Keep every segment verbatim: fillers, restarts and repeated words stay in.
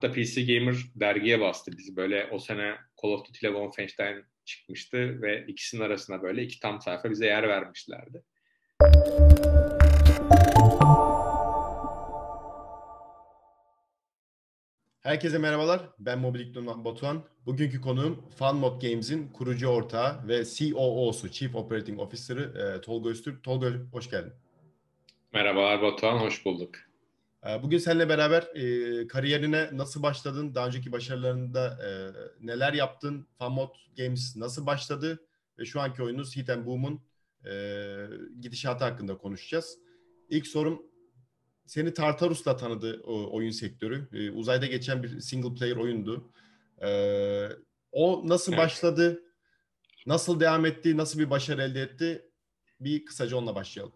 Da P C Gamer dergiye bastı bizi. Böyle o sene Call of Duty ile Wolfenstein çıkmıştı ve ikisinin arasına böyle iki tam sayfa bize yer vermişlerdi. Herkese merhabalar. Ben Mobilik'ten Batuhan. Bugünkü konuğum FunMod Games'in kurucu ortağı ve C O O'su, Chief Operating Officer'ı e, Tolga Öztürk. Tolga hoş geldin. Merhabalar Batuhan, hoş bulduk. E, bugün seninle beraber e, kariyerine nasıl başladın, daha önceki başarılarında e, neler yaptın, FunMod Games nasıl başladı ve şu anki oyununuz Hit and Boom'un e, gidişatı hakkında konuşacağız. İlk sorum, seni Tartarus'la tanıdı o oyun sektörü. E, uzayda geçen bir single player oyundu. E, o nasıl Evet. başladı? Nasıl devam etti? Nasıl bir başarı elde etti? Bir kısaca onunla başlayalım.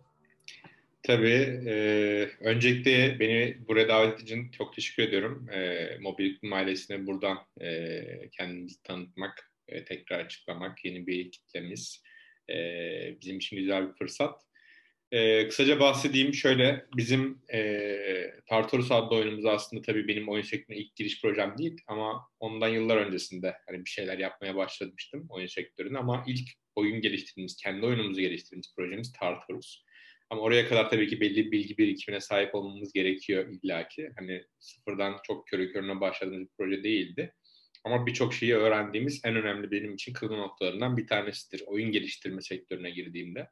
Tabii, e, öncelikle beni buraya davet için çok teşekkür ediyorum. E, Mobilik'in ailesine buradan e, kendimizi tanıtmak, e, tekrar açıklamak, yeni bir kitlemiz. E, bizim için güzel bir fırsat. E, kısaca bahsedeyim şöyle, bizim e, Tartarus adlı oyunumuz aslında tabii benim oyun sektörüne ilk giriş projem değil ama ondan yıllar öncesinde hani bir şeyler yapmaya başlamıştım oyun sektöründe ama ilk oyun geliştirdiğimiz, kendi oyunumuzu geliştirdiğimiz projemiz Tartarus. Ama oraya kadar tabii ki belli bir bilgi birikimine sahip olmamız gerekiyor illaki. Hani sıfırdan çok körü körüne başladığımız bir proje değildi. Ama birçok şeyi öğrendiğimiz en önemli benim için kırılma noktalarından bir tanesidir. Oyun geliştirme sektörüne girdiğimde.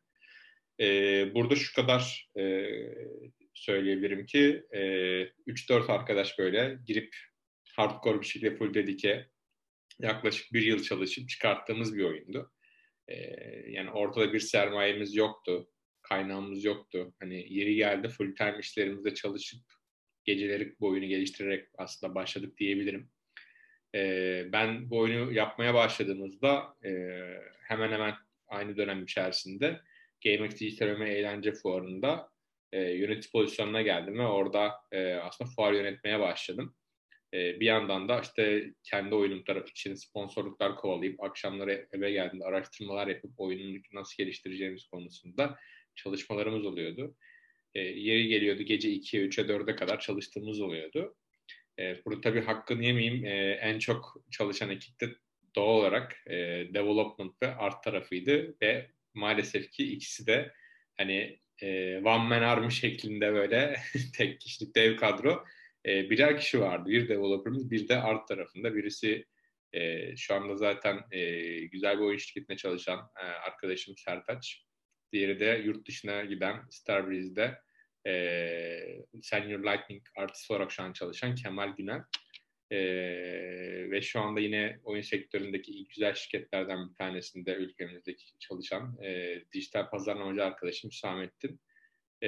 Ee, burada şu kadar e, söyleyebilirim ki e, üç dört arkadaş böyle girip hardcore bir şekilde full dedike yaklaşık bir yıl çalışıp çıkarttığımız bir oyundu. Ee, yani ortada bir sermayemiz yoktu, kaynağımız yoktu. Hani yeri geldi full time işlerimizde çalışıp geceleri bu oyunu geliştirerek aslında başladık diyebilirim. Ee, ben bu oyunu yapmaya başladığımızda e, hemen hemen aynı dönem içerisinde GameX Dijital Öme Eğlence Fuarı'nda e, yönetici pozisyonuna geldim ve orada e, aslında fuar yönetmeye başladım. E, bir yandan da işte kendi oyunum tarafı için sponsorluklar kovalayıp akşamları eve geldiğimde araştırmalar yapıp oyunu nasıl geliştireceğimiz konusunda çalışmalarımız oluyordu. E, yeri geliyordu gece ikiye, üçe, dörde kadar çalıştığımız oluyordu. E, burada tabii hakkını yemeyeyim. E, en çok çalışan ekipte doğal olarak e, development ve art tarafıydı ve maalesef ki ikisi de hani e, one man army şeklinde böyle tek kişilik dev kadro. E, birer kişi vardı. Bir developer'ımız, bir de art tarafında. Birisi e, şu anda zaten e, güzel bir oyun şirketine çalışan e, arkadaşım Sertaç. Diğeri de yurt dışına giden Starbreeze'de e, Senior Lightning artist olarak şu an çalışan Kemal Günel. E, ve şu anda yine oyun sektöründeki ilk güzel şirketlerden bir tanesinde ülkemizdeki çalışan e, dijital pazarlamacı arkadaşım Hüsamettin. E,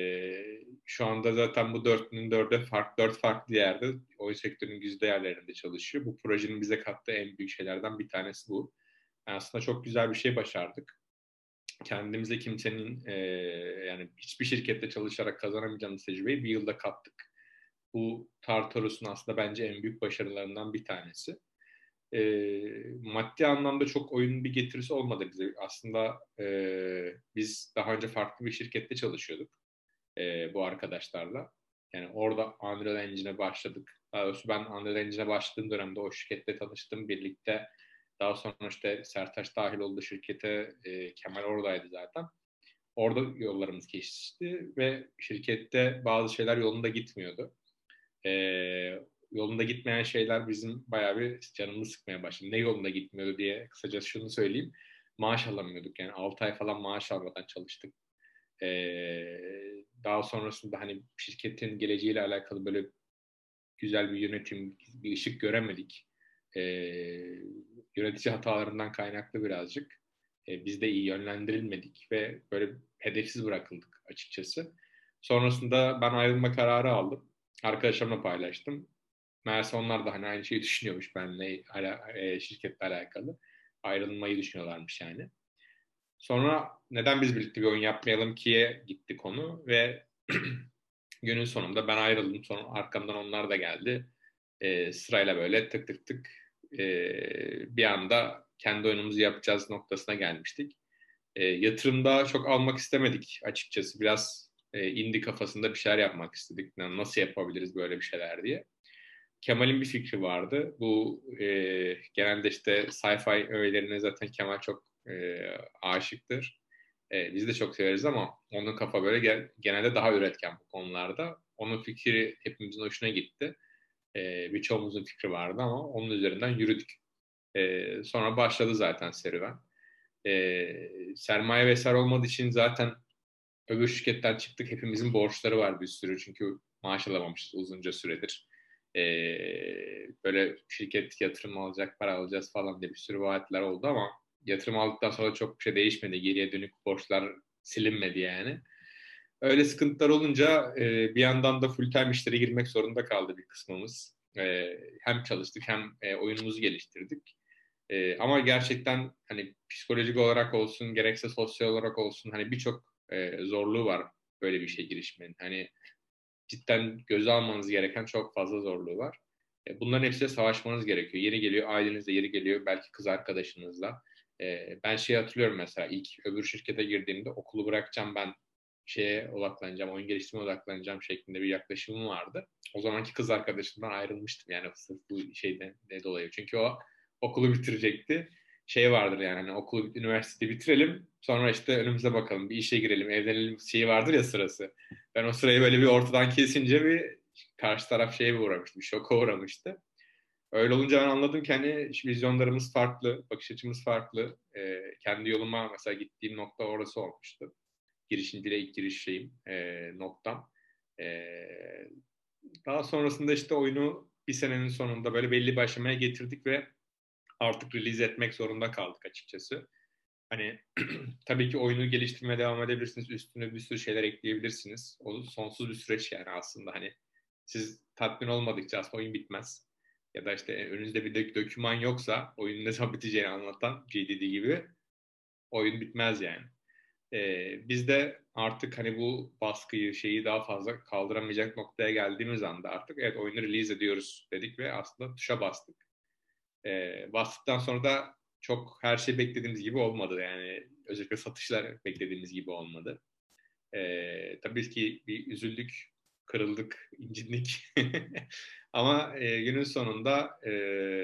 şu anda zaten bu dörtlünün dörde farklı, dört farklı yerde oyun sektörünün güzide yerlerinde çalışıyor. Bu projenin bize kattığı en büyük şeylerden bir tanesi bu. Yani aslında çok güzel bir şey başardık. Kendimize kimsenin e, yani hiçbir şirkette çalışarak kazanamayacağımız tecrübeyi bir yılda kattık. Bu Tartarus'un aslında bence en büyük başarılarından bir tanesi. E, maddi anlamda çok oyunun bir getirisi olmadı bize. Aslında e, biz daha önce farklı bir şirkette çalışıyorduk e, bu arkadaşlarla. Yani orada Unreal Engine'e başladık. Daha doğrusu ben Unreal Engine'e başladığım dönemde o şirkette tanıştım. Birlikte daha sonra işte Sertaç dahil oldu şirkete. E, Kemal oradaydı zaten. Orada yollarımız kesişti ve şirkette bazı şeyler yolunda gitmiyordu. E, yolunda gitmeyen şeyler bizim bayağı bir canımızı sıkmaya başladı. Ne yolunda gitmiyordu diye kısaca şunu söyleyeyim. Maaş alamıyorduk. Yani altı ay falan maaş almadan çalıştık. Ee, daha sonrasında hani şirketin geleceğiyle alakalı böyle güzel bir yönetim, bir ışık göremedik. Ee, yönetici hatalarından kaynaklı birazcık. Ee, biz de iyi yönlendirilmedik ve böyle hedefsiz bırakıldık açıkçası. Sonrasında ben ayrılma kararı aldım. Arkadaşlarımla paylaştım. Meğerse onlar da hani aynı şeyi düşünüyormuş benimle e, şirketle alakalı. Ayrılmayı düşünüyorlarmış yani. Sonra neden biz birlikte bir oyun yapmayalım ki'ye gitti konu ve günün sonunda ben ayrıldım. Sonra arkamdan onlar da geldi. E, sırayla böyle tık tık tık e, bir anda kendi oyunumuzu yapacağız noktasına gelmiştik. E, yatırımda çok almak istemedik açıkçası. Biraz e, indie kafasında bir şeyler yapmak istedik. Yani nasıl yapabiliriz böyle bir şeyler diye. Kemal'in bir fikri vardı. Bu e, genelde işte sci-fi öğelerine zaten Kemal çok e, aşıktır. E, biz de çok severiz ama onun kafa böyle gel, genelde daha üretken bu konularda. Onun fikri hepimizin hoşuna gitti. E, birçoğumuzun fikri vardı ama onun üzerinden yürüdük. E, sonra başladı zaten serüven. E, sermaye vesaire olmadığı için zaten öbür şirketten çıktık. Hepimizin borçları var bir sürü. Çünkü maaş alamamışız uzunca süredir. Ee, böyle şirket yatırım alacak, para alacağız falan diye bir sürü vaatler oldu ama yatırım aldıktan sonra çok bir şey değişmedi. Geriye dönük borçlar silinmedi yani. Öyle sıkıntılar olunca e, bir yandan da full time işlere girmek zorunda kaldı bir kısmımız. E, hem çalıştık hem e, oyunumuzu geliştirdik. E, ama gerçekten hani psikolojik olarak olsun, gerekse sosyal olarak olsun hani birçok e, zorluğu var böyle bir şey girişmenin. Hani cidden göze almanız gereken çok fazla zorluğu var. E, bunların hepsiyle savaşmanız gerekiyor. Yeri geliyor ailenizle, yeri geliyor belki kız arkadaşınızla. E, ben şeyi hatırlıyorum mesela ilk öbür şirkete girdiğimde okulu bırakacağım ben şeye odaklanacağım, oyun geliştirmeye odaklanacağım şeklinde bir yaklaşımım vardı. O zamanki kız arkadaşımdan ayrılmıştım yani sırf bu şeyden dolayı. Çünkü o okulu bitirecekti. Şey vardır yani hani okulu, üniversiteyi bitirelim sonra işte önümüze bakalım bir işe girelim, evlenelim şeyi vardır ya sırası. Ben o sırayı böyle bir ortadan kesince bir karşı taraf şeye bir uğramıştı, bir şoka uğramıştı. Öyle olunca ben anladım ki hani vizyonlarımız farklı, bakış açımız farklı. Ee, kendi yoluma mesela gittiğim nokta orası olmuştu. Girişimciliğe ilk giriş şeyim, e, noktam. E, daha sonrasında işte oyunu bir senenin sonunda böyle belli bir aşamaya getirdik ve artık release etmek zorunda kaldık açıkçası. Hani tabii ki oyunu geliştirmeye devam edebilirsiniz. Üstüne bir sürü şeyler ekleyebilirsiniz. O sonsuz bir süreç yani aslında hani siz tatmin olmadıkça aslında oyun bitmez. Ya da işte önünüzde bir dök- doküman yoksa oyunun ne zaman biteceğini anlatan G D D gibi oyun bitmez yani. Ee, biz de artık hani bu baskıyı şeyi daha fazla kaldıramayacak noktaya geldiğimiz anda artık evet oyunu release ediyoruz dedik ve aslında tuşa bastık. Ee, bastıktan sonra da çok her şey beklediğimiz gibi olmadı yani özellikle satışlar beklediğimiz gibi olmadı. Ee, tabii ki bir üzüldük, kırıldık, incindik. Ama e, günün sonunda e,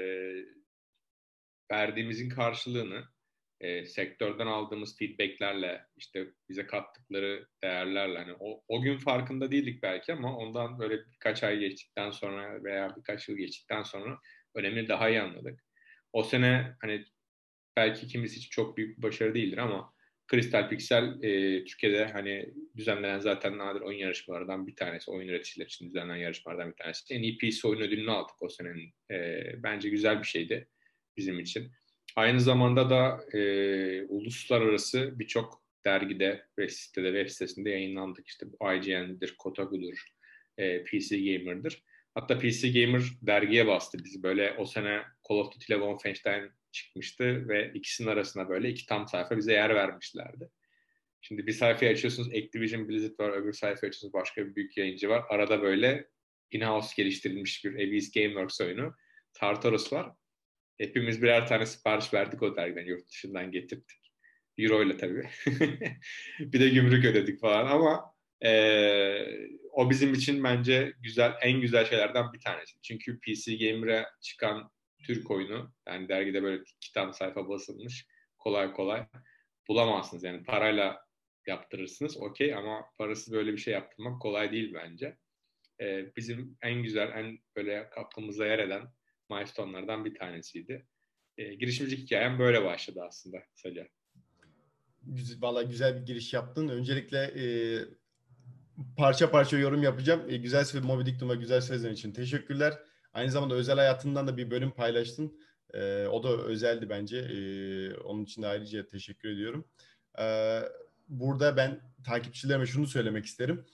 verdiğimizin karşılığını e, sektörden aldığımız feedbacklerle işte bize kattıkları değerlerle hani o, o gün farkında değildik belki ama ondan böyle birkaç ay geçtikten sonra veya birkaç yıl geçtikten sonra önemini daha iyi anladık. O sene hani belki kimisi için çok büyük bir başarı değildir ama Crystal Pixel e, Türkiye'de hani düzenlenen zaten nadir oyun yarışmalarından bir tanesi. Oyun üreticiler için düzenlenen yarışmalardan bir tanesi. En iyi P C oyun ödülünü aldık o senenin. E, bence güzel bir şeydi bizim için. Aynı zamanda da e, uluslararası birçok dergide ve sitede, web sitesinde yayınlandık. İşte bu I G N'dir, Kotaku'dur, e, P C Gamer'dır. Hatta P C Gamer dergiye bastı bizi. Böyle o sene Call of Duty ile Wolfenstein çıkmıştı ve ikisinin arasına böyle iki tam sayfa bize yer vermişlerdi. Şimdi bir sayfayı açıyorsunuz Activision Blizzard var, öbür sayfayı açıyorsunuz başka bir büyük yayıncı var. Arada böyle in-house geliştirilmiş bir Abyss Gameworks oyunu. Tartarus var. Hepimiz birer tane sipariş verdik o dergiden, yurt dışından getirdik. Euro ile tabii. Bir de gümrük ödedik falan ama ee, o bizim için bence güzel, en güzel şeylerden bir tanesi. Çünkü P C Gamer'a çıkan Türk oyunu, yani dergide böyle kitap sayfa basılmış, kolay kolay bulamazsınız. Yani parayla yaptırırsınız okey ama parasız böyle bir şey yaptırmak kolay değil bence. Ee, bizim en güzel, en böyle aklımıza yer eden milestone'lardan bir tanesiydi. Ee, girişimcilik hikayem böyle başladı aslında kısaca. Güzel, valla güzel bir giriş yaptın. Öncelikle e, parça parça yorum yapacağım. E, güzel söz, Moby Dick Dum'a güzel sözlerin için teşekkürler. Aynı zamanda özel hayatından da bir bölüm paylaştın. E, o da özeldi bence. E, onun için de ayrıca teşekkür ediyorum. E, burada ben takipçilerime şunu söylemek isterim.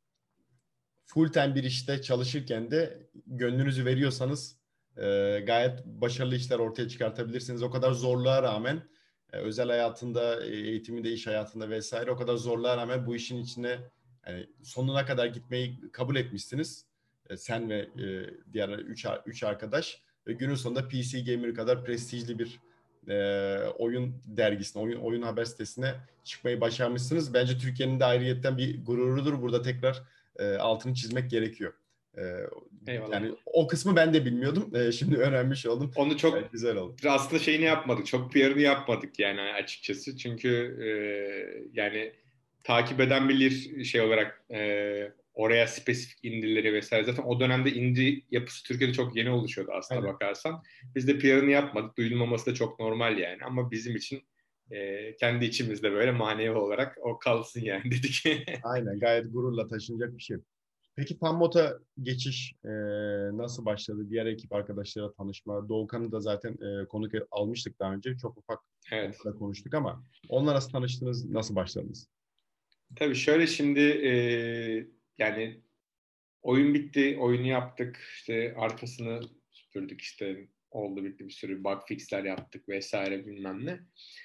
Full time bir işte çalışırken de gönlünüzü veriyorsanız e, gayet başarılı işler ortaya çıkartabilirsiniz. O kadar zorluğa rağmen e, özel hayatında, e, eğitiminde, iş hayatında vesaire o kadar zorluğa rağmen bu işin içine yani sonuna kadar gitmeyi kabul etmişsiniz. E, sen ve e, diğer üç, üç arkadaş ve günün sonunda P C Gamer kadar prestijli bir e, oyun dergisine, oyun, oyun haber sitesine çıkmayı başarmışsınız. Bence Türkiye'nin de ayrıyetten bir gururudur. Burada tekrar e, altını çizmek gerekiyor. E, Eyvallah. Yani o kısmı ben de bilmiyordum. E, şimdi öğrenmiş oldum. Onu çok Evet, güzel oldu. aslında şeyini yapmadık. Çok P R'ını yapmadık yani açıkçası. Çünkü e, yani takip eden bilir şey olarak e, oraya spesifik indie'leri vesaire. Zaten o dönemde indie yapısı Türkiye'de çok yeni oluşuyordu aslına Aynen. bakarsan. Biz de P R'ını yapmadık. Duyulmaması da çok normal yani. Ama bizim için e, kendi içimizde böyle manevi olarak o kalsın yani dedik. Aynen. Gayet gururla taşınacak bir şey. Peki Pambot'a geçiş e, nasıl başladı? Diğer ekip arkadaşlarla tanışma. Doğukan'ı da zaten e, konuk almıştık daha önce. Çok ufak Evet. onlarla konuştuk ama onunla nasıl tanıştınız? Nasıl başladınız? Tabii şöyle şimdi e, yani oyun bitti, oyunu yaptık, işte arkasını süpürdük, işte oldu bitti, bir sürü bug fixler yaptık vesaire bilmem ne.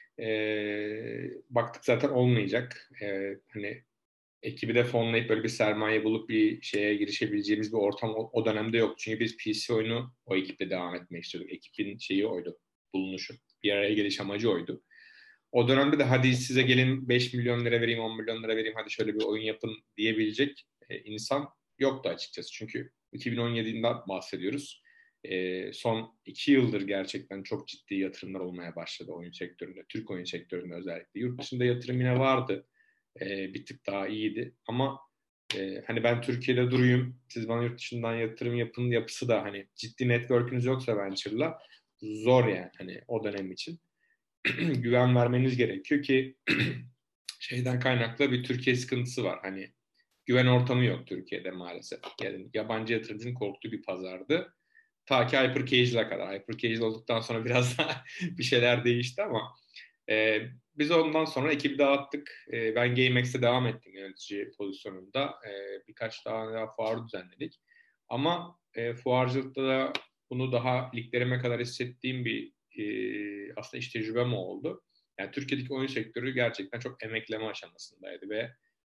Ee, baktık zaten olmayacak. Ee, hani ekibi de fonlayıp böyle bir sermaye bulup bir şeye girişebileceğimiz bir ortam o, o dönemde yok. Çünkü biz P C oyunu o ekiple devam etmek istiyorduk. Ekibin şeyi oydu, bulunuşu. Bir araya geliş amacı oydu. O dönemde de hadi size gelin beş milyon lira vereyim, on milyon lira vereyim, hadi şöyle bir oyun yapın diyebilecek e, insan yoktu açıkçası. Çünkü iki bin on yedi'den bahsediyoruz. E, son iki yıldır gerçekten çok ciddi yatırımlar olmaya başladı oyun sektöründe. Türk oyun sektöründe özellikle. Yurt dışında yatırım yine vardı. E, bir tık daha iyiydi. Ama e, hani ben Türkiye'de durayım, siz bana yurt dışından yatırım yapın yapısı da hani ciddi network'ünüz yoksa Venture'la zor yani hani o dönem için. Güven vermeniz gerekiyor ki şeyden kaynaklı bir Türkiye sıkıntısı var. Hani güven ortamı yok Türkiye'de maalesef. Yani yabancı yatırımcının korktuğu bir pazardı. Ta ki Hyper Casual'a kadar. Hyper Casual olduktan sonra biraz daha bir şeyler değişti ama e, biz ondan sonra ekibi dağıttık. E, ben GameX'e devam ettim yönetici pozisyonunda. E, birkaç daha, daha fuar düzenledik. Ama e, fuarcılıkta da bunu daha liglerime kadar hissettiğim bir e, aslında iş tecrübem oldu. Yani Türkiye'deki oyun sektörü gerçekten çok emekleme aşamasındaydı ve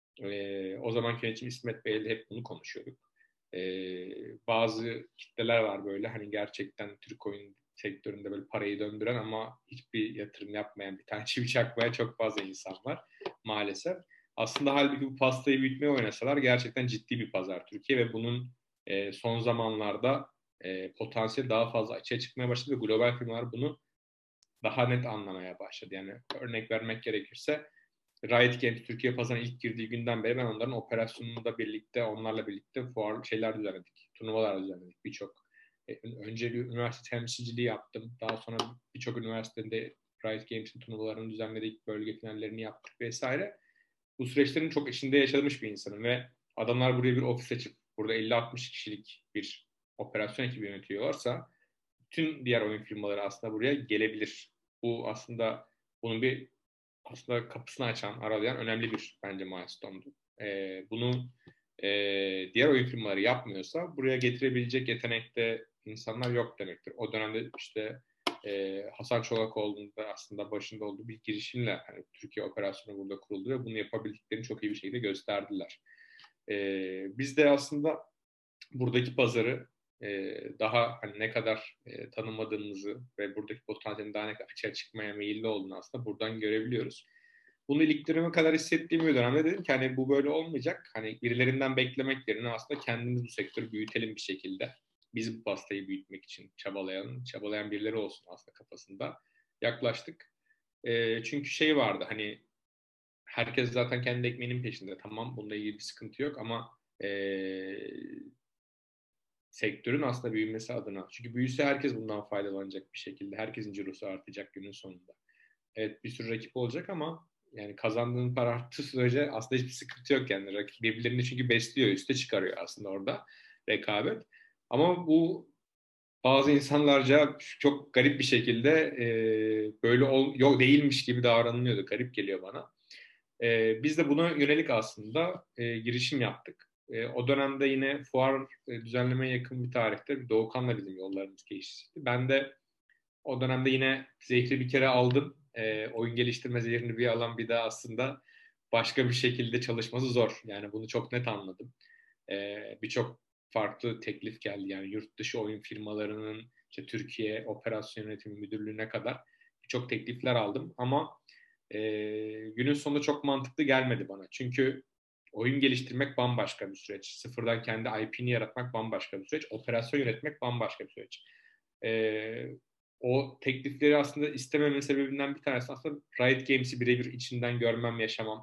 e, o zamanki yönetim İsmet Bey'le hep bunu konuşuyorduk. E, bazı kitleler var böyle hani gerçekten Türk oyun sektöründe böyle parayı döndüren ama hiçbir yatırım yapmayan, bir tane çivi çakmaya çok fazla insan var maalesef. Aslında halbuki bu pastayı büyütmeye oynasalar gerçekten ciddi bir pazar Türkiye ve bunun e, son zamanlarda e, potansiyel daha fazla açığa çıkmaya başladı ve global firmalar bunu daha net anlamaya başladı. Yani örnek vermek gerekirse Riot Games Türkiye pazarına ilk girdiği günden beri ben onların operasyonunda birlikte, onlarla birlikte fuar şeyler düzenledik. Turnuvalar düzenledik birçok. E, önce bir üniversite temsilciliği yaptım. Daha sonra birçok üniversitede Riot Games'in turnuvalarını düzenledik, bölge finallerini yaptık vesaire. Bu süreçlerin çok içinde yaşamış bir insanım ve adamlar buraya bir ofis açıp burada elli altmış kişilik bir operasyon ekibi yönetiyorlarsa bütün diğer oyun firmaları aslında buraya gelebilir. Bu aslında bunun bir aslında kapısını açan, aralayan önemli bir bence milestone'du. Ee, bunu e, diğer oyun firmaları yapmıyorsa buraya getirebilecek yetenekte insanlar yok demektir. O dönemde işte e, Hasan Çolakoğlu'nun da aslında başında olduğu bir girişimle hani Türkiye operasyonu burada kuruldu ve bunu yapabildiklerini çok iyi bir şekilde gösterdiler. E, biz de aslında buradaki pazarı e, daha hani ne kadar e, tanımadığımızı ve buradaki potansiyelin daha ne kadar açığa çıkmaya meyilli olduğunu aslında buradan görebiliyoruz. Bunu iliklerime kadar hissettiğim bir dönemde dedim ki hani bu böyle olmayacak. Hani birilerinden beklemek yerine aslında kendimiz bu sektörü büyütelim bir şekilde. Biz bu pastayı büyütmek için çabalayan, çabalayan birileri olsun aslında kafasında yaklaştık. E, çünkü şey vardı hani herkes zaten kendi ekmeğinin peşinde. Tamam bunda ilgili bir sıkıntı yok ama e, sektörün aslında büyümesi adına. Çünkü büyüse herkes bundan faydalanacak bir şekilde. Herkesin cirosu artacak günün sonunda. Evet bir sürü rakip olacak ama yani kazandığın para arttığı sürece aslında hiçbir sıkıntı yok yani. Rakip birbirlerini çünkü besliyor, üste çıkarıyor aslında orada rekabet. Ama bu bazı insanlarca çok garip bir şekilde e, böyle ol, yok değilmiş gibi davranılıyordu. Garip geliyor bana. E, biz de buna yönelik aslında e, girişim yaptık. E, o dönemde yine fuar e, düzenlemeye yakın bir tarihte Doğukan'la bizim yollarımız geçti. Ben de o dönemde yine zehri bir kere aldım. E, oyun geliştirme zehrini bir alan bir daha aslında başka bir şekilde çalışması zor. Yani bunu çok net anladım. E, birçok farklı teklif geldi. Yani yurt dışı oyun firmalarının işte Türkiye Operasyon Yönetimi Müdürlüğü'ne kadar birçok teklifler aldım. Ama e, günün sonunda çok mantıklı gelmedi bana. Çünkü oyun geliştirmek bambaşka bir süreç. Sıfırdan kendi I P'ni yaratmak bambaşka bir süreç. Operasyon yönetmek bambaşka bir süreç. Ee, o teklifleri aslında istemememin sebebinden bir tanesi aslında Riot Games'i birebir içinden görmem, yaşamam.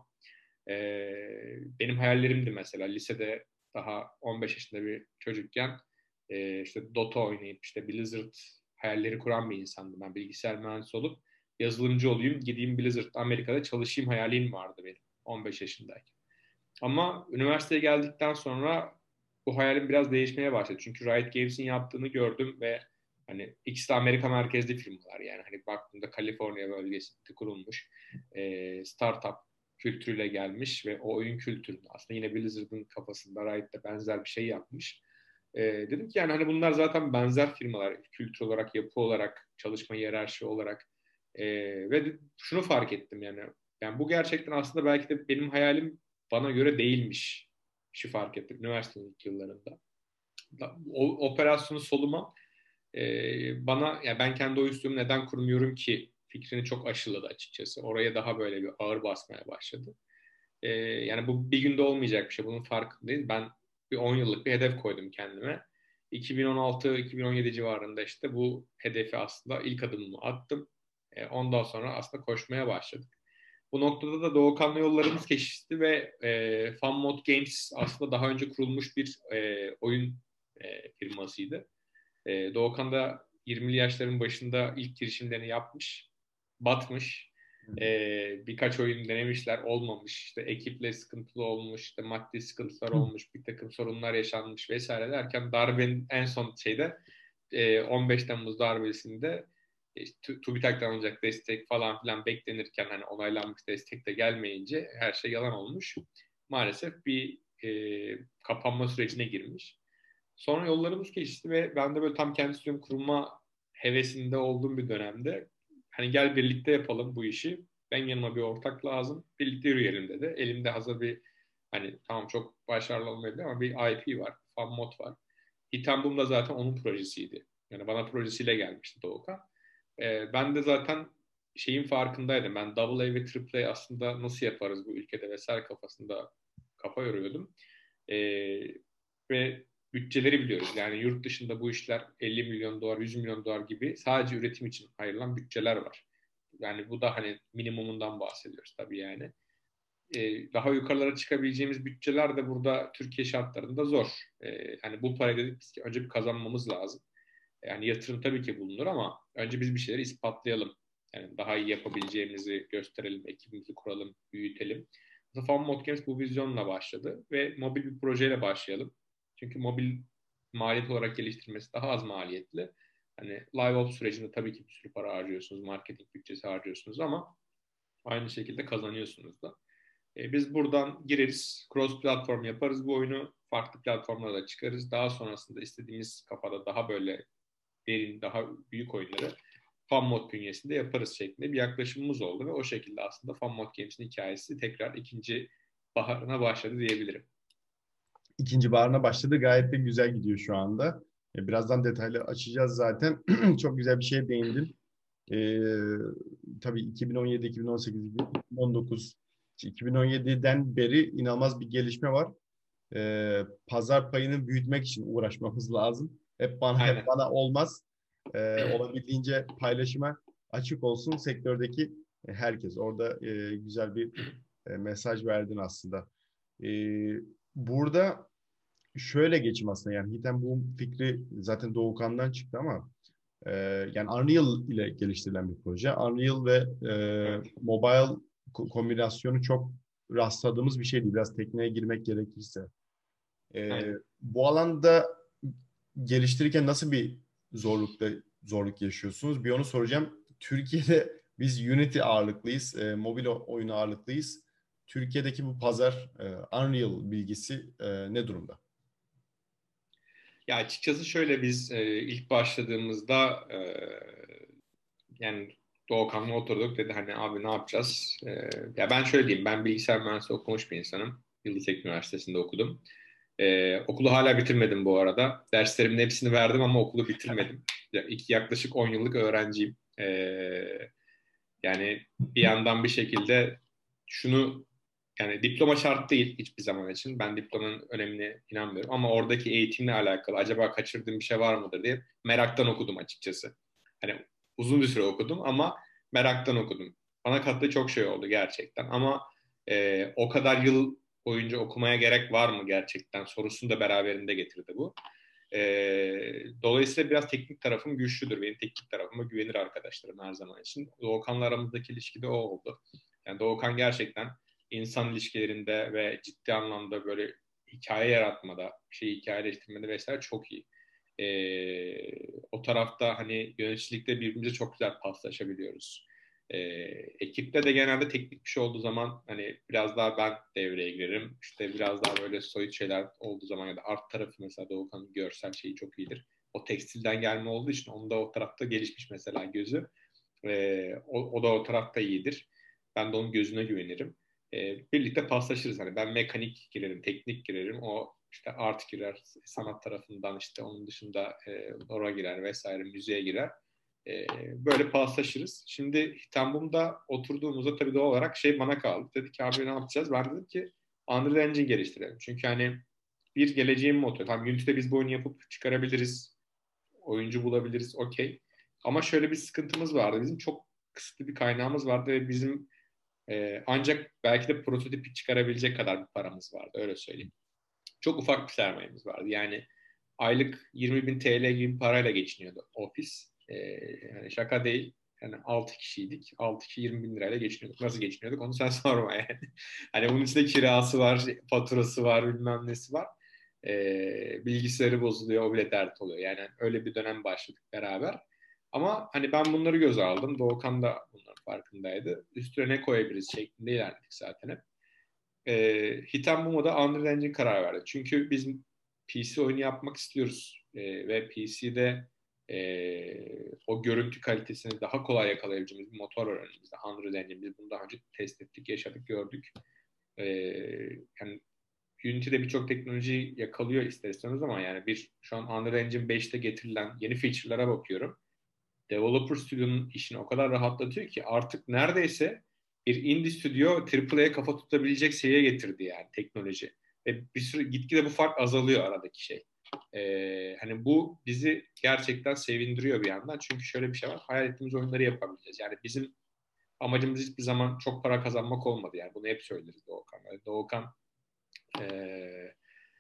Ee, benim hayallerimdi mesela lisede daha on beş yaşında bir çocukken e, işte Dota oynayıp işte Blizzard hayalleri kuran bir insandım. Ben bilgisayar mühendisi olup yazılımcı olayım, gideyim Blizzard Amerika'da çalışayım hayalim vardı benim on beş yaşındayken. Ama üniversiteye geldikten sonra bu hayalim biraz değişmeye başladı. Çünkü Riot Games'in yaptığını gördüm ve hani ikisi de Amerika merkezli firmalar, yani hani baktığımda Kaliforniya bölgesinde kurulmuş e, startup kültürüyle gelmiş ve o oyun kültürünü aslında yine Blizzard'ın kafasında Riot'ta benzer bir şey yapmış. E, dedim ki yani hani bunlar zaten benzer firmalar, kültür olarak, yapı olarak, çalışma hiyerarşi olarak. E, ve şunu fark ettim yani yani bu gerçekten aslında belki de benim hayalim bana göre değilmiş. Şu fark ettim üniversitenin ilk yıllarında. O operasyonu soluma e, bana ya ben kendi o üstümü neden kurmuyorum ki fikrini çok aşıladı açıkçası. Oraya daha böyle bir ağır basmaya başladı. E, yani bu bir günde olmayacak bir şey. Bunun farkındayız. Ben bir on yıllık bir hedef koydum kendime. iki bin on altı iki bin on yedi civarında işte bu hedefi aslında ilk adımımı attım. E, ondan sonra aslında koşmaya başladık. Bu noktada da Doğukan'la yollarımız kesişti ve e, FunMod Games aslında daha önce kurulmuş bir e, oyun e, firmasıydı. E, Doğukan da yirmili yaşların başında ilk girişimlerini yapmış, batmış. E, birkaç oyun denemişler, olmamış. İşte ekiple sıkıntılı olmuş, işte maddi sıkıntılar olmuş, bir takım sorunlar yaşanmış vesaire derken darbenin en son şeyde e, on beş Temmuz darbesinde işte, TÜBİTAK'tan alınacak destek falan filan beklenirken hani onaylanmış destek de gelmeyince her şey yalan olmuş. Maalesef bir e, kapanma sürecine girmiş. Sonra yollarımız geçti ve ben de böyle tam kendi stüdyomu kurma hevesinde olduğum bir dönemde hani gel birlikte yapalım bu işi. Ben yanıma bir ortak lazım. Birlikte yürüyelim dedi. Elimde hazır bir hani tamam çok başarılı olmayabilir ama bir I P var. FunMod var. Hitambum da zaten onun projesiydi. Yani bana projesiyle gelmişti Doğukan. Ee, ben de zaten şeyin farkındaydım. Ben double A ve triple A aslında nasıl yaparız bu ülkede vesaire kafasında kafa yoruyordum. Ee, ve bütçeleri biliyoruz. Yani yurt dışında bu işler elli milyon dolar, yüz milyon dolar gibi sadece üretim için ayrılan bütçeler var. Yani bu da hani minimumundan bahsediyoruz tabii yani. Ee, daha yukarılara çıkabileceğimiz bütçeler de burada Türkiye şartlarında zor. Ee, hani bu parayı dedik biz ki önce bir kazanmamız lazım. Yani yatırım tabii ki bulunur ama önce biz bir şeyleri ispatlayalım. Yani daha iyi yapabileceğimizi gösterelim, ekibimizi kuralım, büyütelim. Fun Mod Games bu vizyonla başladı ve mobil bir projeyle başlayalım. Çünkü mobil maliyet olarak geliştirmesi daha az maliyetli. Hani live ops sürecinde tabii ki bir sürü para harcıyorsunuz, marketing bütçesi harcıyorsunuz ama aynı şekilde kazanıyorsunuz da. E, biz buradan gireriz, cross platform yaparız bu oyunu, farklı platformlara da çıkarız. Daha sonrasında istediğimiz kafada daha böyle derin, daha büyük oyunları FunMod bünyesinde yaparız şeklinde bir yaklaşımımız oldu ve o şekilde aslında FunMod Games'in hikayesi tekrar ikinci baharına başladı diyebilirim. İkinci baharına başladı. Gayet de güzel gidiyor şu anda. E, Birazdan detaylı açacağız zaten. Çok güzel bir şeye değindin. Ee, tabii iki bin on yedi, iki bin on sekiz, iki bin on dokuz, iki bin on yediden beri inanılmaz bir gelişme var. Ee, pazar payını büyütmek için uğraşmamız lazım. Hep bana hep Aynen. bana olmaz. Ee, olabildiğince paylaşıma açık olsun sektördeki herkes. Orada e, güzel bir e, mesaj verdin aslında. Ee, burada şöyle geçeyim aslında, yani Hiten bu fikri zaten Doğukan'dan çıktı ama e, yani Unreal ile geliştirilen bir proje. Unreal ve e, Evet. mobile ko- kombinasyonu çok rastladığımız bir şey değil. Biraz tekneye girmek gerekirse. E, Aynen. bu alanda geliştirirken nasıl bir zorlukta zorluk yaşıyorsunuz? Bir onu soracağım. Türkiye'de biz Unity ağırlıklıyız, e, mobil oyunu ağırlıklıyız. Türkiye'deki bu pazar e, Unreal bilgisi e, ne durumda? Ya açıkçası şöyle biz e, ilk başladığımızda e, yani Doğukan'la oturduk dedi hani abi ne yapacağız? E, ya ben şöyle diyeyim ben bilgisayar mühendisliği okumuş bir insanım. Yıldız Teknik Üniversitesi'nde okudum. Ee, okulu hala bitirmedim bu arada. Derslerimin hepsini verdim ama okulu bitirmedim. Ya, iki, yaklaşık on yıllık öğrenciyim. Ee, yani bir yandan bir şekilde şunu yani diploma şart değil hiçbir zaman için. Ben diplomanın önemine inanmıyorum. Ama oradaki eğitimle alakalı acaba kaçırdığım bir şey var mıdır diye meraktan okudum açıkçası. Hani uzun bir süre okudum ama meraktan okudum. Bana kattığı çok şey oldu gerçekten. Ama e, o kadar yıl boyunca okumaya gerek var mı gerçekten sorusunu da beraberinde getirdi bu. E, Dolayısıyla biraz teknik tarafım güçlüdür. Benim teknik tarafıma güvenir arkadaşlarım her zaman için. Doğukan'la aramızdaki ilişki de o oldu. Yani Doğukan gerçekten insan ilişkilerinde ve ciddi anlamda böyle hikaye yaratmada, bir şeyi hikayeleştirmede vesaire çok iyi. Ee, o tarafta hani yöneticilikte birbirimize çok güzel paslaşabiliyoruz. Ee, Ekipte de genelde teknik bir şey olduğu zaman hani biraz daha ben devreye girerim. İşte biraz daha böyle soyut şeyler olduğu zaman ya da art tarafı mesela Doğukan'ın görsel şeyi çok iyidir. O tekstilden gelme olduğu için onda o tarafta gelişmiş mesela gözü. Ee, o, o da o tarafta iyidir. Ben de onun gözüne güvenirim. Ee, birlikte paslaşırız. Hani ben mekanik girerim, teknik girerim. O işte art girer, sanat tarafından işte onun dışında e, oraya girer vesaire, müziğe girer. E, Böyle paslaşırız. Şimdi Hitambum'da oturduğumuzda tabii doğal olarak şey bana kaldı. Dedi ki abi ne yapacağız? Ben dedim ki Unreal Engine geliştirelim. Çünkü hani bir geleceğin motoru. Tam Unity'de biz bu oyunu yapıp çıkarabiliriz. Oyuncu bulabiliriz. Okey. Ama şöyle bir sıkıntımız vardı. Bizim çok kısıtlı bir kaynağımız vardı ve bizim e, ancak belki de prototipi çıkarabilecek kadar bir paramız vardı. Öyle söyleyeyim. Çok ufak bir sermayemiz vardı. Yani aylık yirmi bin T L gibi parayla geçiniyordu ofis. Ee, yani şaka değil. Yani altı kişiydik. altı kişi yirmi bin lirayla geçiniyorduk. Nasıl geçiniyorduk onu sen sorma yani. Hani bunun içinde kirası var, faturası var, bilmem nesi var. Ee, bilgisayarı bozuluyor, o bile dert oluyor. Yani öyle bir dönem başladık beraber. Ama hani ben bunları göze aldım. Doğukan da bunların farkındaydı. Üstüne ne koyabiliriz şeklinde ilerledik zaten hep. E, Hitambumo'da Unreal Engine karar verdi. Çünkü biz P C oyunu yapmak istiyoruz. E, ve P C'de e, o görüntü kalitesini daha kolay yakalayabileceğimiz bir motor var önümüzde. Unreal Engine. Biz bunu daha önce test ettik, yaşadık, gördük. E, Yani Unity'de birçok teknoloji yakalıyor ister istemez ama yani bir şu an Unreal Engine beşte getirilen yeni feature'lara bakıyorum. Developer Studio'nun işini o kadar rahatlatıyor ki artık neredeyse bir indie stüdyo A A A'ya kafa tutabilecek seviyeye getirdi yani teknoloji. Ve bir sürü gitgide bu fark azalıyor aradaki şey. Ee, hani bu bizi gerçekten sevindiriyor bir yandan. Çünkü şöyle bir şey var. Hayal ettiğimiz oyunları yapabileceğiz. Yani bizim amacımız hiçbir zaman çok para kazanmak olmadı. Yani bunu hep söyleriz Doğukan. Yani Doğukan ee,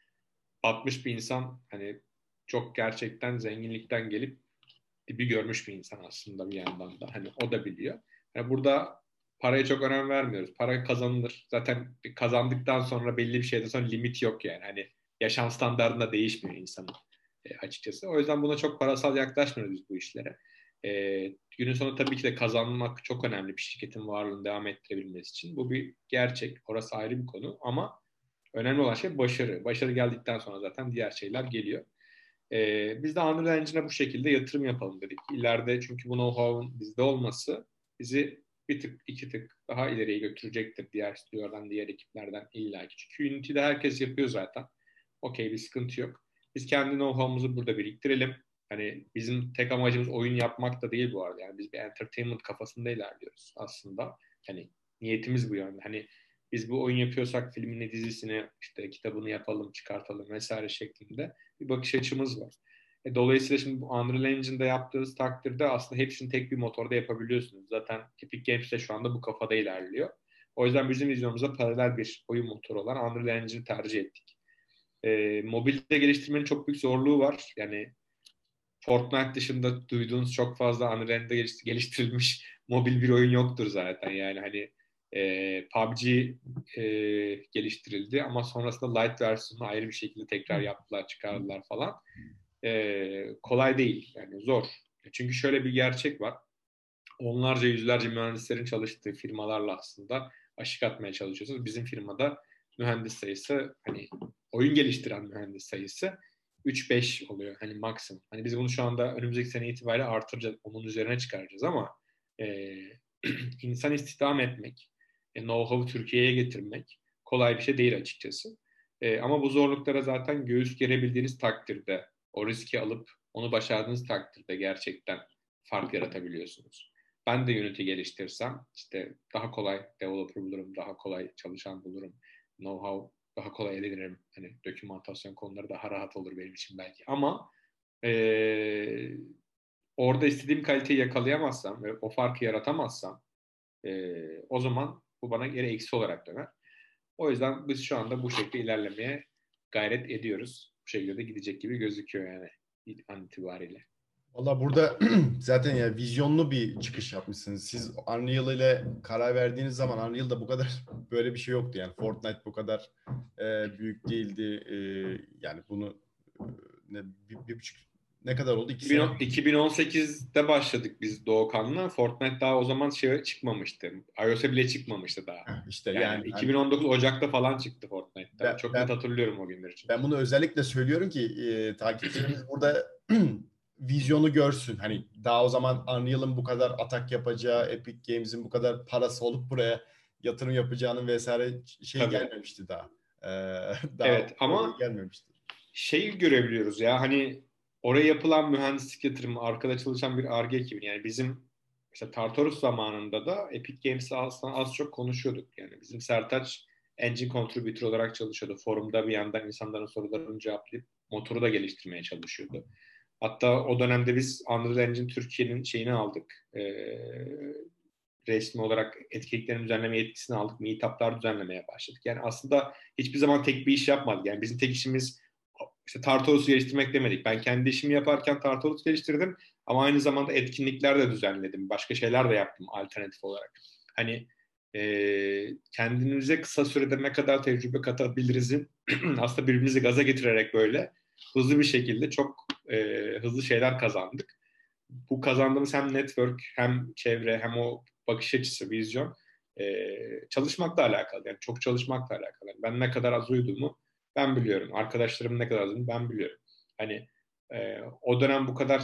batmış bir insan. Hani çok gerçekten zenginlikten gelip dibi görmüş bir insan aslında bir yandan da. Hani o da biliyor. Yani burada paraya çok önem vermiyoruz. Para kazanılır. Zaten kazandıktan sonra belli bir şeyden sonra limit yok yani. Hani yaşam standartında değişmiyor insanın e, açıkçası. O yüzden buna çok parasal yaklaşmıyoruz biz bu işlere. E, Günün sonu tabii ki de kazanmak çok önemli bir şirketin varlığını devam ettirebilmesi için. Bu bir gerçek. Orası ayrı bir konu ama önemli olan şey başarı. Başarı geldikten sonra zaten diğer şeyler geliyor. Ee, biz de Unreal Engine'e bu şekilde yatırım yapalım dedik. İleride çünkü bu know-how'un bizde olması bizi bir tık iki tık daha ileriye götürecektir diğer stüdyolardan, diğer ekiplerden illaki. Çünkü Unity'de herkes yapıyor zaten. Okey bir sıkıntı yok. Biz kendi know-how'umuzu burada biriktirelim. Hani bizim tek amacımız oyun yapmak da değil bu arada. Yani biz bir entertainment kafasında ilerliyoruz aslında. Hani niyetimiz bu yönde. Hani biz bu oyun yapıyorsak filmini, dizisini, işte kitabını yapalım, çıkartalım vesaire şeklinde bir bakış açımız var. E, dolayısıyla şimdi bu Unreal Engine'de yaptığınız takdirde aslında hepsini tek bir motorda yapabiliyorsunuz. Zaten Epic Games de şu anda bu kafada ilerliyor. O yüzden bizim vizyonumuza paralel bir oyun motoru olan Unreal Engine'i tercih ettik. E, mobilde geliştirmenin çok büyük zorluğu var. Yani Fortnite dışında duyduğunuz çok fazla Unreal'de geliştirilmiş mobil bir oyun yoktur zaten. Yani hani e, P U B G e, geliştirildi ama sonrasında Lite versiyonunu ayrı bir şekilde tekrar yaptılar, çıkardılar falan. E, kolay değil yani zor. Çünkü şöyle bir gerçek var. Onlarca yüzlerce mühendislerin çalıştığı firmalarla aslında aşık atmaya çalışıyorsunuz. Bizim firmada mühendis sayısı hani oyun geliştiren mühendis sayısı üç beş oluyor hani maksimum. Hani biz bunu şu anda önümüzdeki sene itibariyle artıracağız. Onun üzerine çıkaracağız ama e, insan istihdam etmek, e, know-how'u Türkiye'ye getirmek kolay bir şey değil açıkçası. E, ama bu zorluklara zaten göğüs gerebildiğiniz takdirde, o riski alıp onu başardığınız takdirde gerçekten fark yaratabiliyorsunuz. ben de Unity geliştirsem işte daha kolay developer bulurum, daha kolay çalışan bulurum, know-how daha kolay edinirim. Hani dokümantasyon konuları daha rahat olur benim için belki. Ama ee, orada istediğim kaliteyi yakalayamazsam ve o farkı yaratamazsam ee, o zaman bu bana geri eksi olarak döner. O yüzden biz şu anda bu şekilde ilerlemeye gayret ediyoruz. Bu şekilde de gidecek gibi gözüküyor yani an itibariyle. Valla burada zaten ya vizyonlu bir çıkış yapmışsınız. Siz Unreal ile karar verdiğiniz zaman Unreal'da bu kadar böyle bir şey yoktu yani. Fortnite bu kadar e, büyük değildi. E, yani bunu e, ne, bir, bir buçuk ne kadar oldu? İki sene. iki bin on sekizde başladık biz Doğukan'la. Fortnite daha o zaman şey çıkmamıştı. iOS'e bile çıkmamıştı daha. İşte Yani yani hani iki bin on dokuz Ocak'ta falan çıktı Fortnite'da. ben, Çok net ben hatırlıyorum o günler için. Ben bunu özellikle söylüyorum ki e, takipçilerimiz burada vizyonu görsün. Hani daha o zaman Unreal'ın bu kadar atak yapacağı, Epic Games'in bu kadar parası olup buraya yatırım yapacağının vesaire şey Tabii. gelmemişti daha. Ee, daha Evet oraya ama gelmemişti. şeyi görebiliyoruz ya hani oraya yapılan mühendislik yatırımı, arkada çalışan bir Ar-Ge ekibi. Yani bizim mesela Tartarus zamanında da Epic Games'i aslında az çok konuşuyorduk. Yani bizim Sertaç Engine Contributor olarak çalışıyordu. Forumda bir yandan insanların sorularını cevaplayıp motoru da geliştirmeye çalışıyordu. Hatta o dönemde biz Unreal Engine Türkiye'nin şeyini aldık. Ee, resmi olarak etkinliklerin düzenleme yetkisini aldık. Meetup'lar düzenlemeye başladık. Yani aslında hiçbir zaman tek bir iş yapmadık. Yani bizim tek işimiz işte Tartarus'u geliştirmek demedik. Ben kendi işimi yaparken Tartarus geliştirdim ama aynı zamanda etkinlikler de düzenledim. Başka şeyler de yaptım alternatif olarak. Hani e, kendinize kısa sürede ne kadar tecrübe katabilirizin aslında birbirimizi gaza getirerek böyle hızlı bir şekilde çok e, hızlı şeyler kazandık. Bu kazandığımız hem network hem çevre hem o bakış açısı, vizyon e, çalışmakla alakalı. Yani çok çalışmakla alakalı. Yani ben ne kadar az uyuduğumu ben biliyorum. Arkadaşlarım ne kadar az uyuduğunu ben biliyorum. Hani e, o dönem bu kadar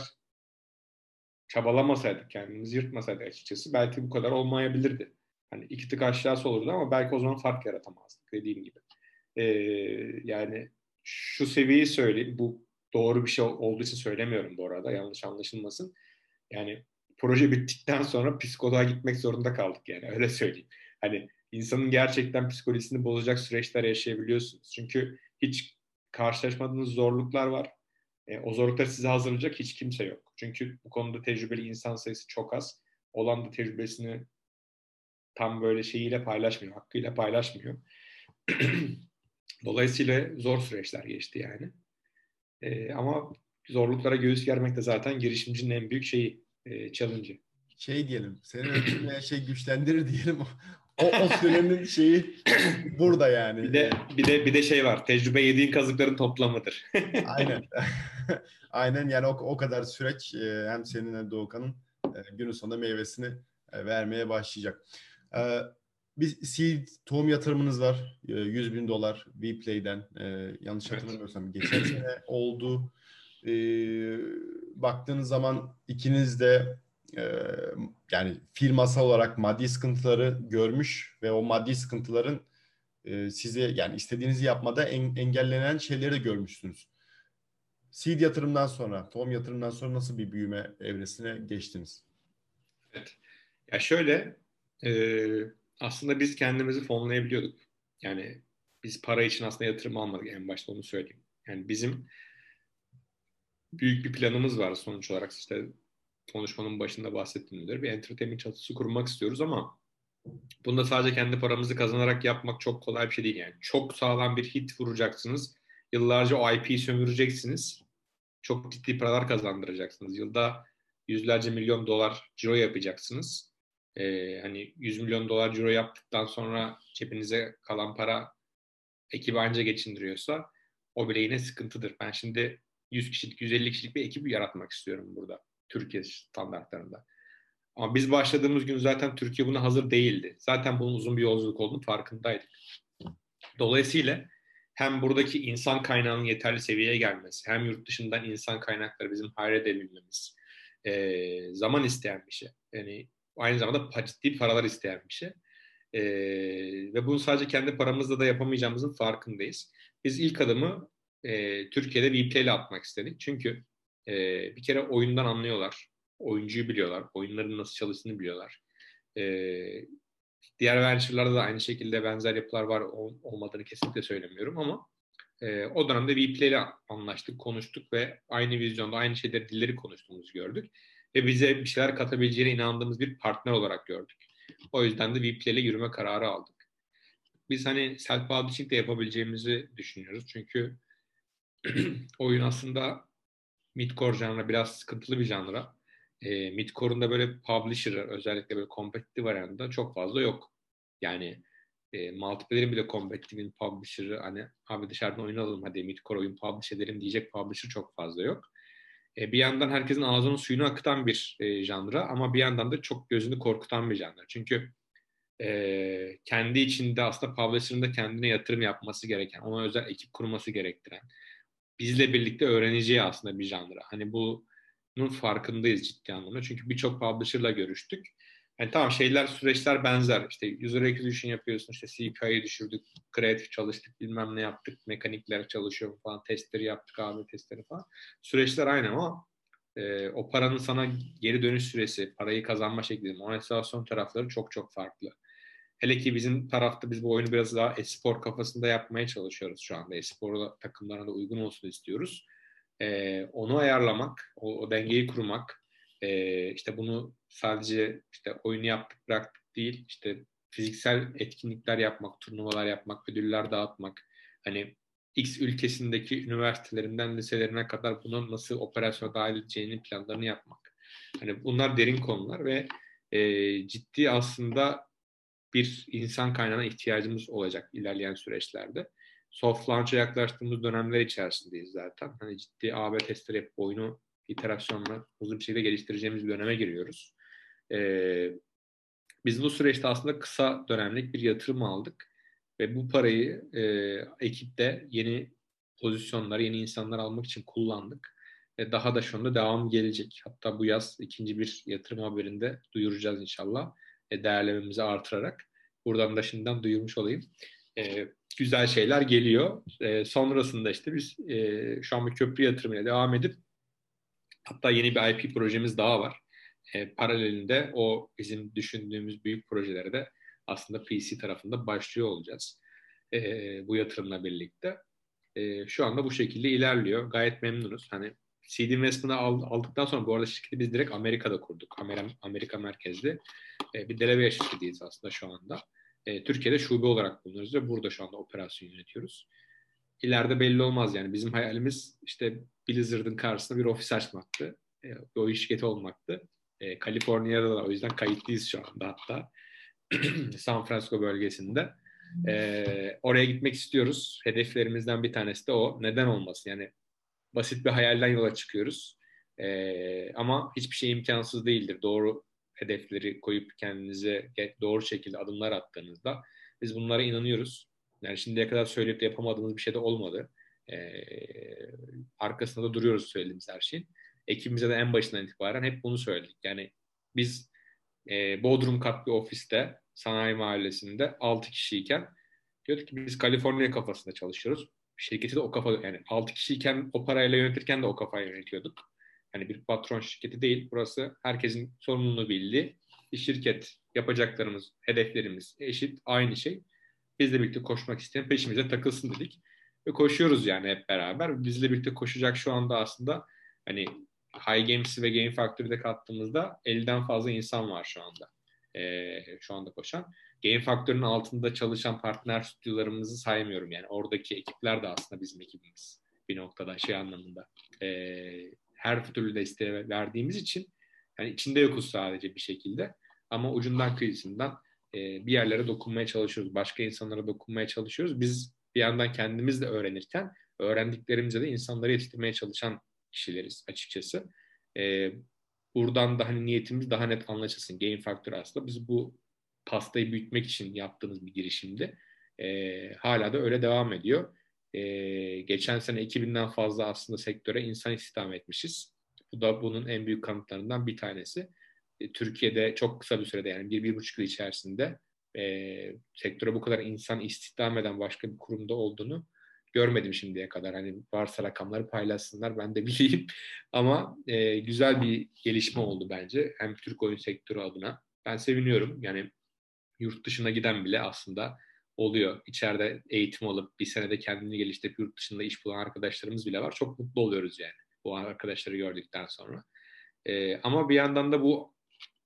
çabalamasaydık, kendimizi yırtmasaydık açıkçası belki bu kadar olmayabilirdi. Hani iki tık aşağısı olurdu ama belki o zaman fark yaratamazdık dediğim gibi. E, yani şu seviyeyi söyleyeyim. Bu doğru bir şey olduğu için söylemiyorum bu arada. Yanlış anlaşılmasın. Yani proje bittikten sonra psikoloğa gitmek zorunda kaldık yani öyle söyleyeyim. Hani insanın gerçekten psikolojisini bozacak süreçler yaşayabiliyorsunuz. Çünkü hiç karşılaşmadığınız zorluklar var. E, o zorlukları size hazırlayacak hiç kimse yok. Çünkü bu konuda tecrübeli insan sayısı çok az. Olan da tecrübesini tam böyle şeyiyle paylaşmıyor, hakkıyla paylaşmıyor. Dolayısıyla zor süreçler geçti yani. E, ama zorluklara göğüs germek de zaten girişimcinin en büyük şeyi, e, challenge'ı. Şey diyelim, seni öldürmeyen şey güçlendirir diyelim. O, o sürenin şeyi burada yani. Bir Ee, de bir de bir de şey var. Tecrübe yediğin kazıkların toplamıdır. aynen. Aynen yani o, o kadar süreç e, hem senin hem Doğukan'ın e, günün sonunda meyvesini e, vermeye başlayacak. E, bir seed tohum yatırımınız var. E, yüz bin dolar Vplay'den. E, yanlış Evet. hatırlamıyorsam geçen sene oldu. E, baktığınız zaman ikiniz de e, yani firmasal olarak maddi sıkıntıları görmüş ve o maddi sıkıntıların e, size yani istediğinizi yapmada en, engellenen şeyleri de görmüşsünüz. Seed yatırımdan sonra, tohum yatırımdan sonra nasıl bir büyüme evresine geçtiniz? Evet. Ya şöyle e, aslında biz kendimizi fonlayabiliyorduk. Yani biz para için aslında yatırım almadık en başta onu söyleyeyim. Yani bizim büyük bir planımız var sonuç olarak işte konuşmanın başında bahsettiğim üzere bir entertainment çatısı kurmak istiyoruz ama bunda sadece kendi paramızı kazanarak yapmak çok kolay bir şey değil yani. Çok sağlam bir hit vuracaksınız. Yıllarca o I P'yi sömüreceksiniz. Çok ciddi paralar kazandıracaksınız. Yılda yüzlerce milyon dolar ciro yapacaksınız. Ee, hani yüz milyon dolar ciro yaptıktan sonra cebinize kalan para ekibi anca geçindiriyorsa o bile yine sıkıntıdır. Ben şimdi yüz kişilik, yüz elli kişilik bir ekip yaratmak istiyorum burada. Türkiye standartlarında. Ama biz başladığımız gün zaten Türkiye buna hazır değildi. Zaten bunun uzun bir yolculuk olduğunu farkındaydık. Dolayısıyla hem buradaki insan kaynağının yeterli seviyeye gelmesi, hem yurt dışından insan kaynakları bizim hire edebilmemiz e, zaman isteyen bir şey. Yani aynı zamanda ciddi paralar isteyen bir şey. E, ve bunu sadece kendi paramızla da yapamayacağımızın farkındayız. Biz ilk adımı e, Türkiye'de Vplay ile atmak istedik. Çünkü e, bir kere oyundan anlıyorlar. oyuncuyu biliyorlar. Oyunların nasıl çalıştığını biliyorlar. Ee, diğer venture'larda da aynı şekilde benzer yapılar var. Olmadığını kesinlikle söylemiyorum ama e, o dönemde Vplay ile anlaştık, konuştuk ve aynı vizyonda aynı şeyleri, dilleri konuştuğumuzu gördük. Ve bize bir şeyler katabileceğine inandığımız bir partner olarak gördük. O yüzden de Vplay ile yürüme kararı aldık. Biz hani self-publishing de yapabileceğimizi düşünüyoruz. Çünkü oyun aslında midcore janrı biraz sıkıntılı bir janra. E, midcore'un da böyle publisher'ı özellikle böyle competitive variantında çok fazla yok. Yani e, multiplayer'in bile competitive'in publisher'ı hani abi dışarıdan oyun alalım hadi midcore oyun publish edelim diyecek publisher çok fazla yok. E, bir yandan herkesin ağzının suyunu akıtan bir e, janra ama bir yandan da çok gözünü korkutan bir janra. Çünkü e, kendi içinde aslında publisher'ın da kendine yatırım yapması gereken, ona özel ekip kurması gerektiren, bizle birlikte öğreneceği aslında bir janra. Hani bunun farkındayız ciddi anlamda. Çünkü birçok publisher'la görüştük. Yani tamam şeyler, süreçler benzer. İşte user acquisition yapıyorsun, işte C P I'yi düşürdük, kreatif çalıştık, bilmem ne yaptık, mekanikler çalışıyor falan, testleri yaptık, A B testleri falan. Süreçler aynı ama e, o paranın sana geri dönüş süresi, parayı kazanma şekli, monetizasyon tarafları çok çok farklı. Hele ki bizim tarafta biz bu oyunu biraz daha e-spor kafasında yapmaya çalışıyoruz şu anda. E-spor takımlarına da uygun olsun istiyoruz. Ee, onu ayarlamak, o, o dengeyi kurmak, ee, işte bunu sadece işte oyunu yaptık bıraktık değil, işte fiziksel etkinlikler yapmak, turnuvalar yapmak, ödüller dağıtmak, hani X ülkesindeki üniversitelerinden liselerine kadar bunun nasıl operasyona dahil edeceğinin planlarını yapmak. Hani bunlar derin konular ve e, ciddi aslında bir insan kaynağına ihtiyacımız olacak ilerleyen süreçlerde. Soft launch'a yaklaştığımız dönemler içerisindeyiz zaten. Hani ciddi A B testleri yapıp oyunu iterasyonla hızlı bir şekilde geliştireceğimiz bir döneme giriyoruz. Ee, biz bu süreçte aslında kısa dönemlik bir yatırım aldık ve bu parayı e, ekipte yeni pozisyonlar, yeni insanlar almak için kullandık. E, daha da şu anda devam gelecek. Hatta bu yaz ikinci bir yatırım haberinde duyuracağız inşallah. E, değerlememizi artırarak. Buradan da şimdiden duyurmuş olayım. E, güzel şeyler geliyor. E, sonrasında işte biz e, şu an bir köprü yatırımıyla devam edip hatta yeni bir I P projemiz daha var. E, paralelinde o bizim düşündüğümüz büyük projelere de aslında P C tarafında başlıyor olacağız. E, bu yatırımla birlikte. E, şu anda bu şekilde ilerliyor. Gayet memnunuz. Hani seed investment'ı aldıktan sonra bu arada şirketi biz direkt Amerika'da kurduk. Amerika, Amerika merkezli. E, bir Delaware şirketiyiz aslında şu anda. E, Türkiye'de şube olarak bulunuyoruz ve burada şu anda operasyon yönetiyoruz. İleride belli olmaz yani. Bizim hayalimiz işte Blizzard'ın karşısında bir ofis açmaktı. E, bir oyun şirketi olmaktı. E, Kaliforniya'da da o yüzden kayıtlıyız şu anda hatta. San Francisco bölgesinde. E, oraya gitmek istiyoruz. Hedeflerimizden bir tanesi de o. Neden olmasın? Yani basit bir hayalden yola çıkıyoruz. E, ama hiçbir şey imkansız değildir. Doğru hedefleri koyup kendinize doğru şekilde adımlar attığınızda biz bunlara inanıyoruz. Yani şimdiye kadar söyleyip de yapamadığımız bir şey de olmadı. Ee, arkasında da duruyoruz söylediğimiz her şeyin. Ekibimize de en başından itibaren hep bunu söyledik. Yani biz e, Bodrum katlı ofiste sanayi mahallesinde altı kişiyken diyorduk ki biz Kaliforniya kafasında çalışıyoruz. Şirketi de o kafa yani altı kişiyken o parayla yönetirken de o kafayla yönetiyorduk. Yani bir patron şirketi değil. Burası herkesin sorumluluğunu bildiği bir şirket. Yapacaklarımız, hedeflerimiz eşit, aynı şey. Bizle birlikte koşmak isteyen peşimize takılsın dedik. Ve koşuyoruz yani hep beraber. Bizle birlikte koşacak şu anda aslında hani High Games'i ve Game Factory'de kattığımızda elden fazla insan var şu anda. Ee, şu anda koşan. Game Factory'nin altında çalışan partner stüdyolarımızı saymıyorum yani. Oradaki ekipler de aslında bizim ekibimiz bir noktada şey anlamında. Ee, her türlü desteği verdiğimiz için yani içinde yokuz sadece bir şekilde. Ama ucundan kıyısından e, bir yerlere dokunmaya çalışıyoruz. Başka insanlara dokunmaya çalışıyoruz. Biz bir yandan kendimiz de öğrenirken öğrendiklerimize de insanları yetiştirmeye çalışan kişileriz açıkçası. E, buradan da hani niyetimiz daha net anlaşılsın. Game Factor aslında biz bu pastayı büyütmek için yaptığımız bir girişimdi. E, hala da öyle devam ediyor. E, geçen sene iki binden fazla aslında sektöre insan istihdam etmişiz. Bu da bunun en büyük kanıtlarından bir tanesi. E, Türkiye'de çok kısa bir sürede yani bir, bir buçuk yıl içerisinde e, sektöre bu kadar insan istihdam eden başka bir kurumda olduğunu görmedim şimdiye kadar. Hani varsa rakamları paylaşsınlar, ben de bileyim. Ama e, güzel bir gelişme oldu bence. Hem Türk oyun sektörü adına. Ben seviniyorum. Yani yurt dışına giden bile aslında oluyor. İçeride eğitim alıp bir senede kendini geliştirip yurt dışında iş bulan arkadaşlarımız bile var. Çok mutlu oluyoruz yani bu arkadaşları gördükten sonra. E, ama bir yandan da bu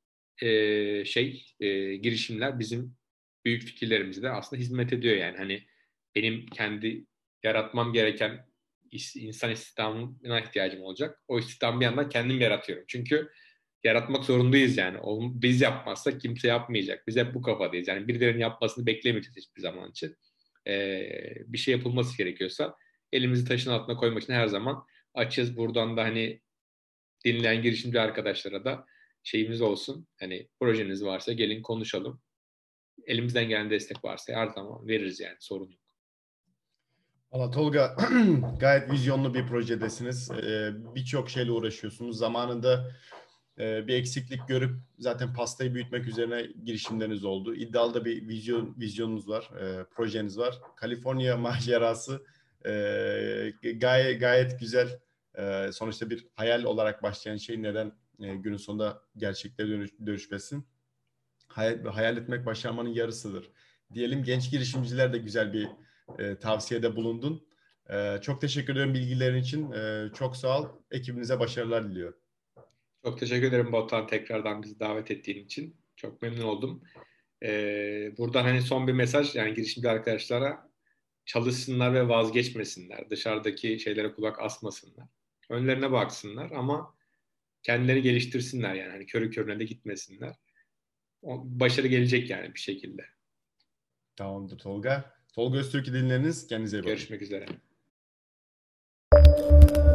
e, şey e, girişimler bizim büyük fikirlerimize de aslında hizmet ediyor yani. Hani benim kendi yaratmam gereken insan istihdamına ihtiyacım olacak. O istihdamı bir yandan kendim yaratıyorum. Çünkü yaratmak zorundayız yani. Biz yapmazsak kimse yapmayacak. Biz hep bu kafadayız. Yani birilerinin yapmasını beklemeyeceğiz hiçbir zaman için. Ee, bir şey yapılması gerekiyorsa elimizi taşın altına koymak için her zaman açız. Buradan da hani dinleyen girişimci arkadaşlara da şeyimiz olsun. Hani projeniz varsa gelin konuşalım. Elimizden gelen destek varsa her zaman veririz yani, sorun yok. Valla Tolga, gayet vizyonlu bir projedesiniz. Ee, birçok şeyle uğraşıyorsunuz. Zamanında e, bir eksiklik görüp zaten pastayı büyütmek üzerine girişimleriniz oldu. İddialı da bir vizyon, vizyonunuz var, e, projeniz var. Kaliforniya macerası e, gayet gayet güzel. E, sonuçta bir hayal olarak başlayan şey neden e, günün sonunda gerçekliğe dönüş, dönüşmesin? Hayal, hayal etmek başarmanın yarısıdır. Diyelim, genç girişimciler de güzel bir e, tavsiyede bulundun. E, çok teşekkür ederim bilgilerin için. E, çok sağ ol. Ekibinize başarılar diliyorum. Çok teşekkür ederim Batuhan, tekrardan bizi davet ettiğin için. Çok memnun oldum. Ee, buradan hani son bir mesaj, yani girişimci arkadaşlara: çalışsınlar ve vazgeçmesinler. Dışarıdaki şeylere kulak asmasınlar. Önlerine baksınlar ama kendileri geliştirsinler yani. Hani körü körüne de gitmesinler. O, başarı gelecek yani bir şekilde. Tamamdır Tolga. Tolga Öztürk'ü dinleriniz. Kendinize iyi bakın. Görüşmek üzere.